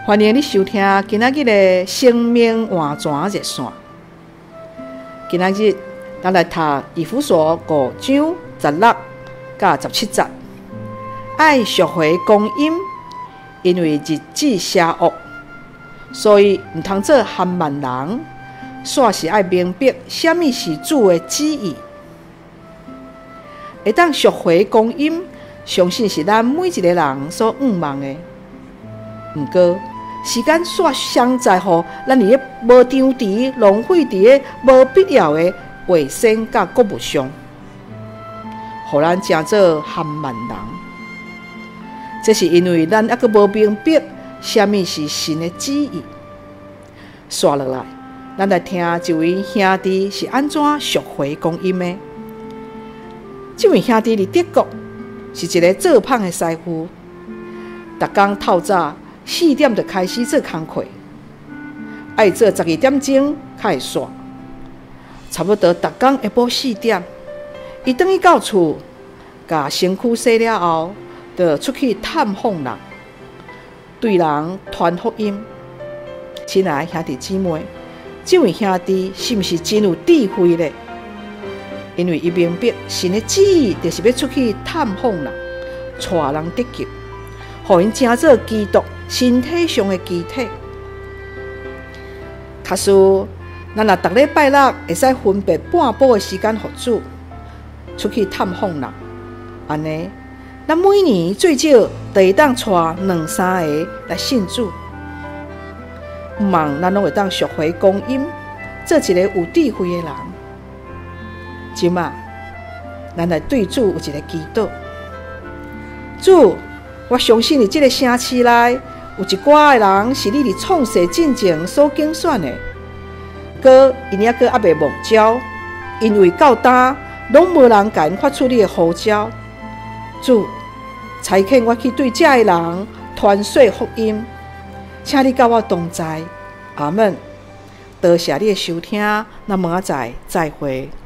欢迎你收听今仔日的生命换泉热线。今仔日咱来读以弗所5章16到17节。爱赎回公义，因为日子邪恶，所以毋通做含慢人。煞是爱明白什么是主的旨意，会当赎回公义，相信是咱每一个人所仰望的。毋过，时间煞伤在乎咱伫咧无张持、浪费伫咧无必要的卫生甲国务上，互咱成做含慢人。这是因为咱还阁无明白什么是神的旨意。刷落来，咱来听一位兄弟是安怎赎回公义的。这位兄弟伫德国是一个做胖的师傅，逐工透早4点就开始做工课，爱做12点钟才会煞。差不多逐工下晡4点，伊转去到厝，甲身躯洗了后，就出去探访人，对人传福音。亲爱的兄弟姊妹，这位兄弟是毋是真有智慧呢？因为伊明白神的旨意，就是要出去探访人，带人得救，互因成做基督身体上的肢体。假使咱若逐礼拜六会使分别半晡的时间互主，出去探访人，安尼，咱每年最少就会当带2-3个来信主。毋茫咱拢会当赎回公义，做一个有智慧的人。即马，咱来对主有一个祈祷：主，我相信伫这个城市内有一寡的人是你伫创世进前所拣选的，可因还未蒙召，因为到今拢无人甲因发出你的呼召。主，差遣我去对这个人传说福音，请你甲我同在。阿们。多谢你的收听，咱明仔载再会。